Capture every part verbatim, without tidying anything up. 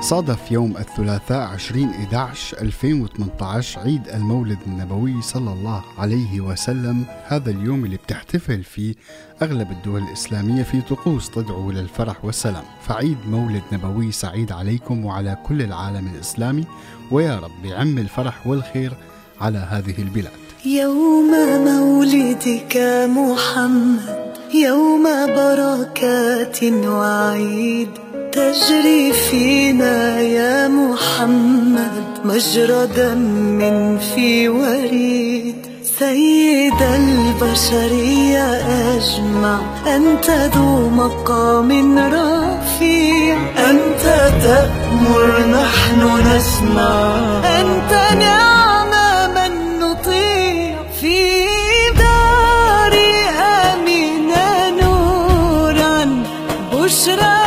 صادف يوم الثلاثاء عشرين إحدى عشر ألفين وثمانية عشر عيد المولد النبوي صلى الله عليه وسلم. هذا اليوم اللي بتحتفل فيه أغلب الدول الإسلامية في طقوس تدعو للفرح والسلام. فعيد مولد نبوي سعيد عليكم وعلى كل العالم الإسلامي، ويا رب يعم الفرح والخير على هذه البلاد. يوم مولدك محمد يوم بركات وعيد، تجري فينا يا محمد مجرى دم في وريد. سيد البشرية أجمع، أنت ذو مقام رفيع، أنت تأمر نحن نسمع، أنت نعم من نطيع. في دار آمنة نورا بشرى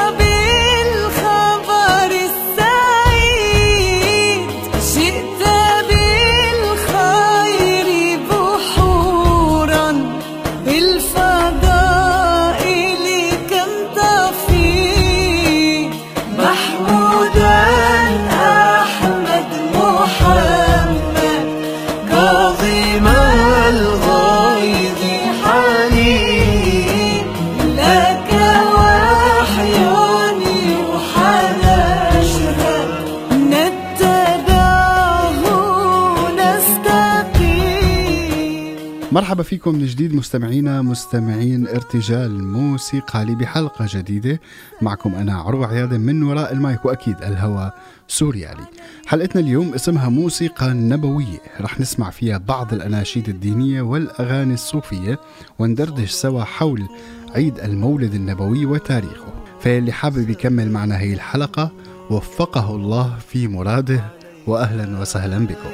مرحبا فيكم من جديد مستمعينا مستمعين ارتجال موسيقى بحلقة جديدة. معكم أنا عروة عيادة من وراء المايك، وأكيد الهوى سوريالي. حلقتنا اليوم اسمها موسيقى نبوية، رح نسمع فيها بعض الأناشيد الدينية والأغاني الصوفية وندردش سوا حول عيد المولد النبوي وتاريخه. فاللي حابب يكمل معنا هي الحلقة وفقه الله في مراده، وأهلا وسهلا بكم.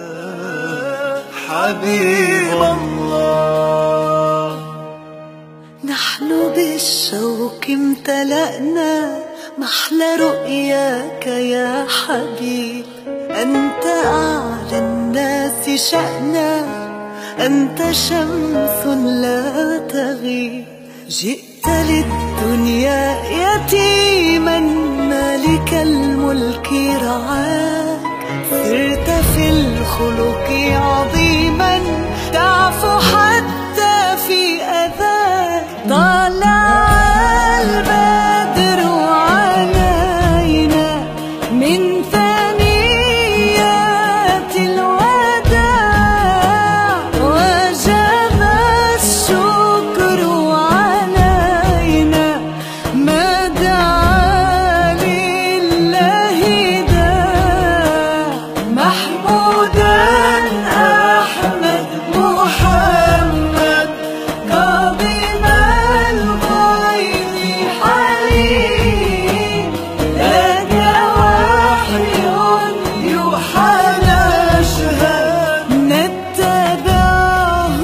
حبيب الله، نحن بالشوق امتلأنا، محلى رؤياك يا حبيب. أنت أعلى الناس شأنا، أنت شمس لا تغيب. جئت للدنيا يتيما، مالك الملك رعاك. صرت في الخلق عظيما، تعفو حتى في أذاك. طلع البدر علينا من ثنيات الوداع، وجب الشكر علينا ما دعا لله داع. محمودا أحمد محمد قاضم الغيب حليم، لك وحي يوحى نشهد، نتبعه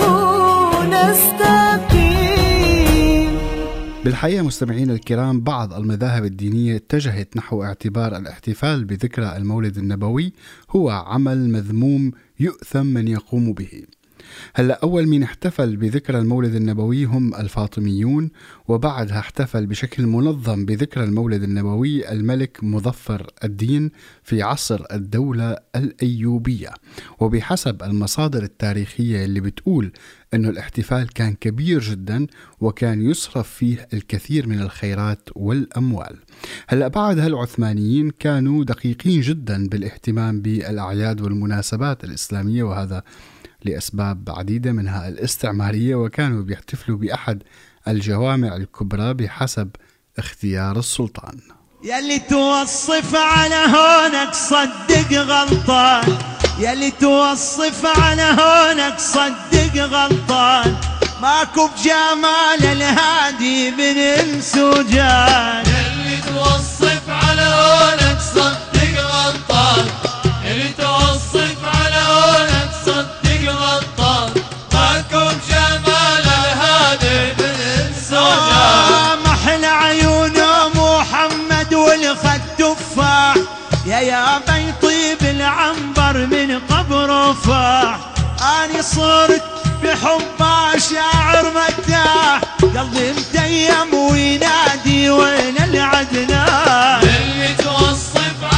نستقيم. بالحقيقة مستمعين الكرام، بعض المذاهب الدينية اتجهت نحو اعتبار الاحتفال بذكرى المولد النبوي هو عمل مذموم يؤثم من يقوم به. هلأ أول من احتفل بذكرى المولد النبوي هم الفاطميون، وبعدها احتفل بشكل منظم بذكرى المولد النبوي الملك مظفر الدين في عصر الدولة الأيوبية. وبحسب المصادر التاريخية اللي بتقول أنه الاحتفال كان كبير جدا، وكان يصرف فيه الكثير من الخيرات والأموال. هلأ بعدها العثمانيين كانوا دقيقين جدا بالاهتمام بالأعياد والمناسبات الإسلامية، وهذا لأسباب عديدة منها الاستعمارية، وكانوا بيحتفلوا بأحد الجوامع الكبرى بحسب اختيار السلطان. يلي توصف على هونك صدق غلطان، يلي توصف على هونك صدق غلطان. ماكو بجمال الهادي من انس وجان. يلي توصف على هونك صدق غلطان، يلي توصف على هونك صدق غلطان. ماكو بجمال الهادي من انس وجان. محلى عيون محمد والخد تفاح، يا يا بيطيب العنبر من قبر رفاح. اني صرت بحبه شاعر مداح، قلبي متيم وينادي وين العدنان. اللي توصف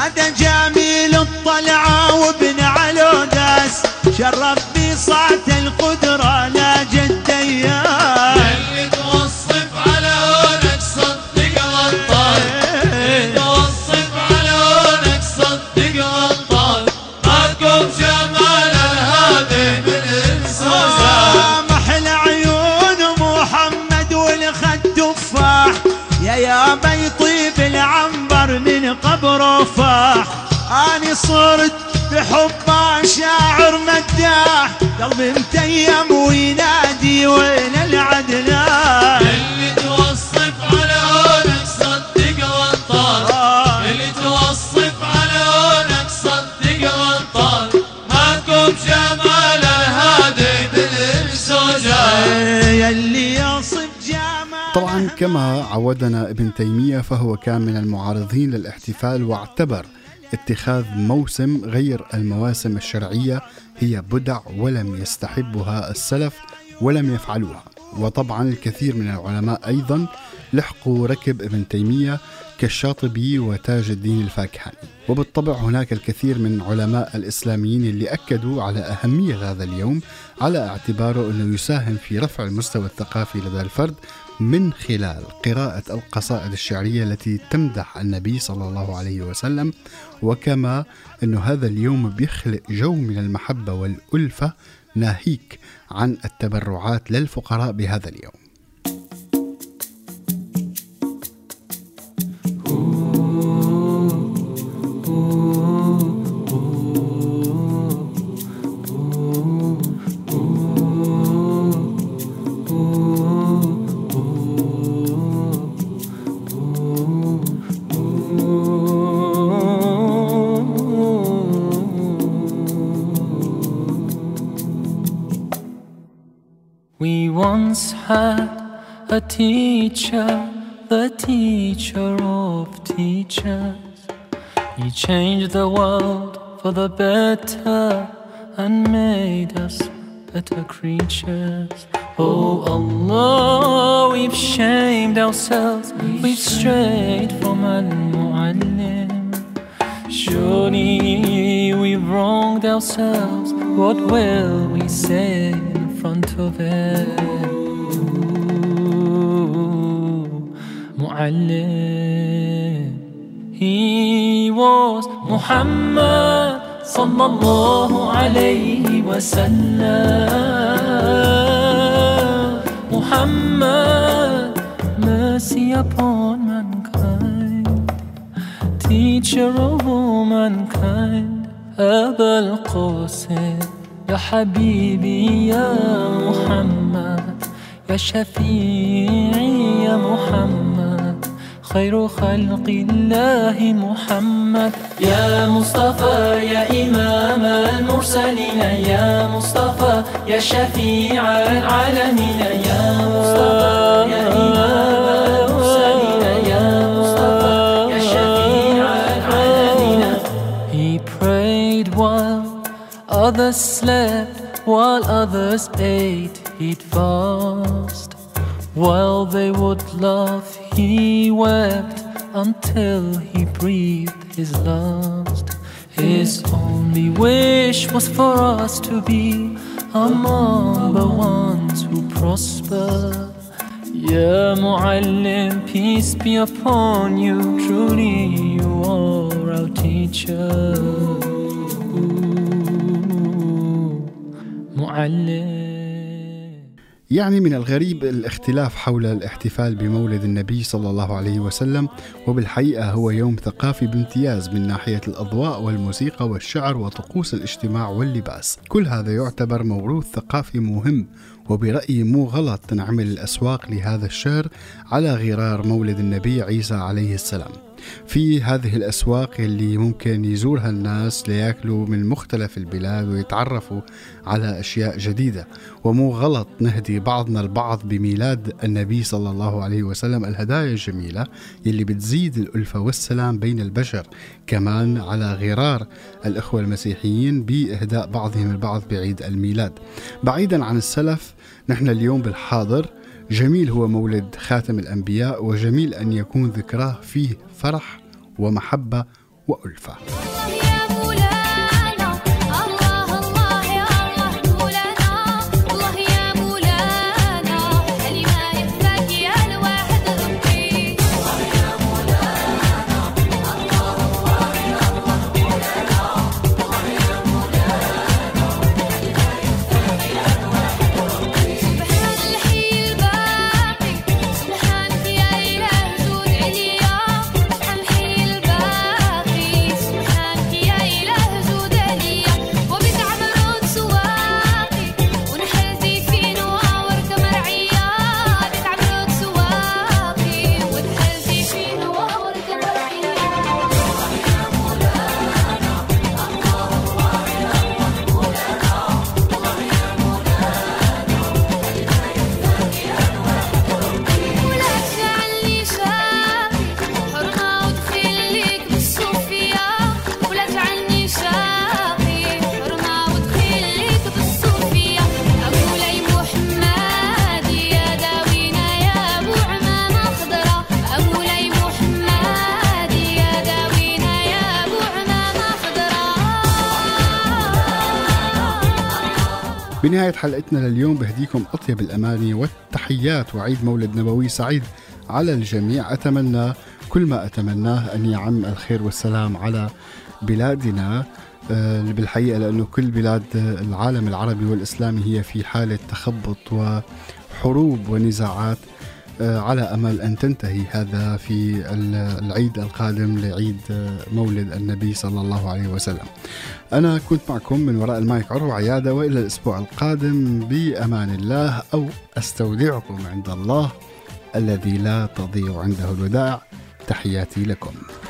هذا جميل الطلعة وابن علوداس شرف بصات القدرة لا جد دياس. اللي توصف على هونك صدق غلطان، اللي توصف على هونك صدق غلطان، ماكم جمال هذه بالإنسان. محل عيون محمد والخد تفاح، يا يابا يطيب العنبر من قبره فاح. أنا صرت بحبه شاعر مداح، قلبي متيم وينادي وين العدنان. اللي توصف على هونك صدق غلطان، اللي توصف على هونك صدق غلطان، ماكم جمال هذه بالإنسان. يلي يصف جمال. طبعا كما عودنا ابن تيمية فهو كان من المعارضين للاحتفال، واعتبر اتخاذ موسم غير المواسم الشرعية هي بدع ولم يستحبها السلف ولم يفعلوها. وطبعا الكثير من العلماء أيضا لحقوا ركب ابن تيمية كالشاطبي وتاج الدين الفاكهاني. وبالطبع هناك الكثير من علماء الإسلاميين اللي أكدوا على أهمية هذا اليوم على اعتباره أنه يساهم في رفع المستوى الثقافي لدى الفرد من خلال قراءة القصائد الشعرية التي تمدح النبي صلى الله عليه وسلم، وكما أنه هذا اليوم بيخلق جو من المحبة والألفة ناهيك عن التبرعات للفقراء بهذا اليوم. We once had a teacher, the teacher of teachers. He changed the world for the better and made us better creatures. Oh Allah, we've shamed ourselves, we've strayed from Al-Mu'allim. Surely we've wronged ourselves, what will we say in front of him? Mu'allim. He was Muhammad sallallahu alayhi wa sallam. Muhammad, mercy upon mankind, teacher of all mankind. Aba al-Qasim, ya Habibi, ya Muhammad, ya Shafi'i, ya Muhammad, خير خلق الله محمد. يا مصطفى يا إمام المرسلين، يا مصطفى يا شفيع العالمين، يا مصطفى يا إمام المرسلين، يا مصطفى يا شفيع العالمين. He prayed while others slept, while others ate, he'd fast. While they would laugh, he wept until he breathed his last. His only wish was for us to be among the ones who prosper. Ya Mu'allim, peace be upon you, truly you are our teacher. Mu'allim. يعني من الغريب الاختلاف حول الاحتفال بمولد النبي صلى الله عليه وسلم، وبالحقيقة هو يوم ثقافي بامتياز من ناحية الأضواء والموسيقى والشعر وطقوس الاجتماع واللباس. كل هذا يعتبر موروث ثقافي مهم، وبرأيي مو غلط تنعمل الأسواق لهذا الشهر على غرار مولد النبي عيسى عليه السلام. في هذه الأسواق اللي ممكن يزورها الناس ليأكلوا من مختلف البلاد ويتعرفوا على أشياء جديدة، ومو غلط نهدي بعضنا البعض بميلاد النبي صلى الله عليه وسلم الهدايا الجميلة اللي بتزيد الألفة والسلام بين البشر. كمان على غرار الأخوة المسيحيين بإهداء بعضهم البعض بعيد الميلاد. بعيدا عن السلف، نحن اليوم بالحاضر جميل هو مولد خاتم الأنبياء، وجميل أن يكون ذكراه فيه فرح ومحبة وألفة. بنهاية حلقتنا لليوم بهديكم أطيب الأماني والتحيات وعيد مولد نبوي سعيد على الجميع. أتمنى كل ما أتمناه أن يعم الخير والسلام على بلادنا بالحقيقة، لأنه كل بلاد العالم العربي والإسلامي هي في حالة تخبط وحروب ونزاعات، على أمل أن تنتهي هذا في العيد القادم لعيد مولد النبي صلى الله عليه وسلم. أنا كنت معكم من وراء المايك عروة عيادة، وإلى الأسبوع القادم بأمان الله، أو أستودعكم عند الله الذي لا تضيع عنده الودائع. تحياتي لكم.